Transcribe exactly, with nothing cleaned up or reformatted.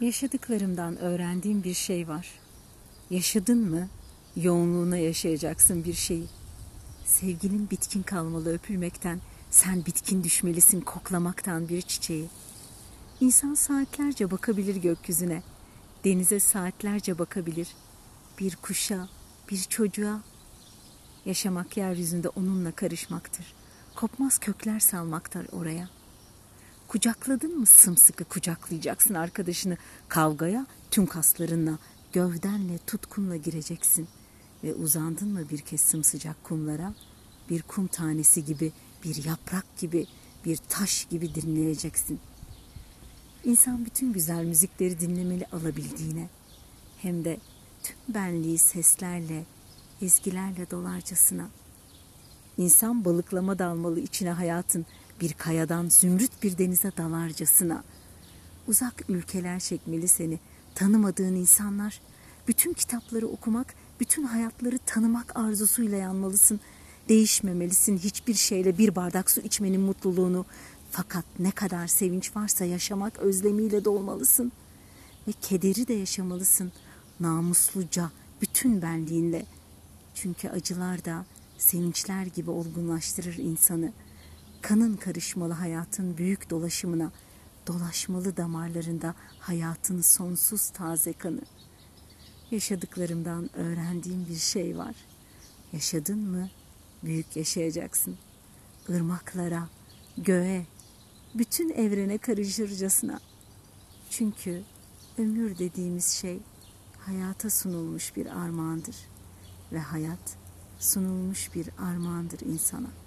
Yaşadıklarımdan öğrendiğim bir şey var. Yaşadın mı, yoğunluğuna yaşayacaksın bir şeyi. Sevgilin bitkin kalmalı öpülmekten, sen bitkin düşmelisin koklamaktan bir çiçeği. İnsan saatlerce bakabilir gökyüzüne, denize saatlerce bakabilir. Bir kuşa, bir çocuğa. Yaşamak yeryüzünde onunla karışmaktır. Kopmaz kökler salmaktır oraya. Kucakladın mı sımsıkı kucaklayacaksın arkadaşını. Kavgaya tüm kaslarınla, gövdenle, tutkunla gireceksin. Ve uzandın mı bir kez sımsıcak kumlara, bir kum tanesi gibi, bir yaprak gibi, bir taş gibi dinleyeceksin. İnsan bütün güzel müzikleri dinlemeli alabildiğine, hem de tüm benliği seslerle, ezgilerle dolarcasına. İnsan balıklama dalmalı içine hayatın, bir kayadan zümrüt bir denize dalarcasına. Uzak ülkeler çekmeli seni, tanımadığın insanlar. Bütün kitapları okumak, bütün hayatları tanımak arzusuyla yanmalısın. Değişmemelisin hiçbir şeyle bir bardak su içmenin mutluluğunu. Fakat ne kadar sevinç varsa yaşamak özlemiyle dolmalısın. Ve kederi de yaşamalısın namusluca, bütün benliğinle. Çünkü acılar da sevinçler gibi olgunlaştırır insanı. Kanın karışmalı hayatın büyük dolaşımına, dolaşmalı damarlarında hayatın sonsuz taze kanı. Yaşadıklarımdan öğrendiğim bir şey var. Yaşadın mı büyük yaşayacaksın. Irmaklara, göğe, bütün evrene karışırcasına. Çünkü ömür dediğimiz şey hayata sunulmuş bir armağandır. Ve hayat sunulmuş bir armağandır insana.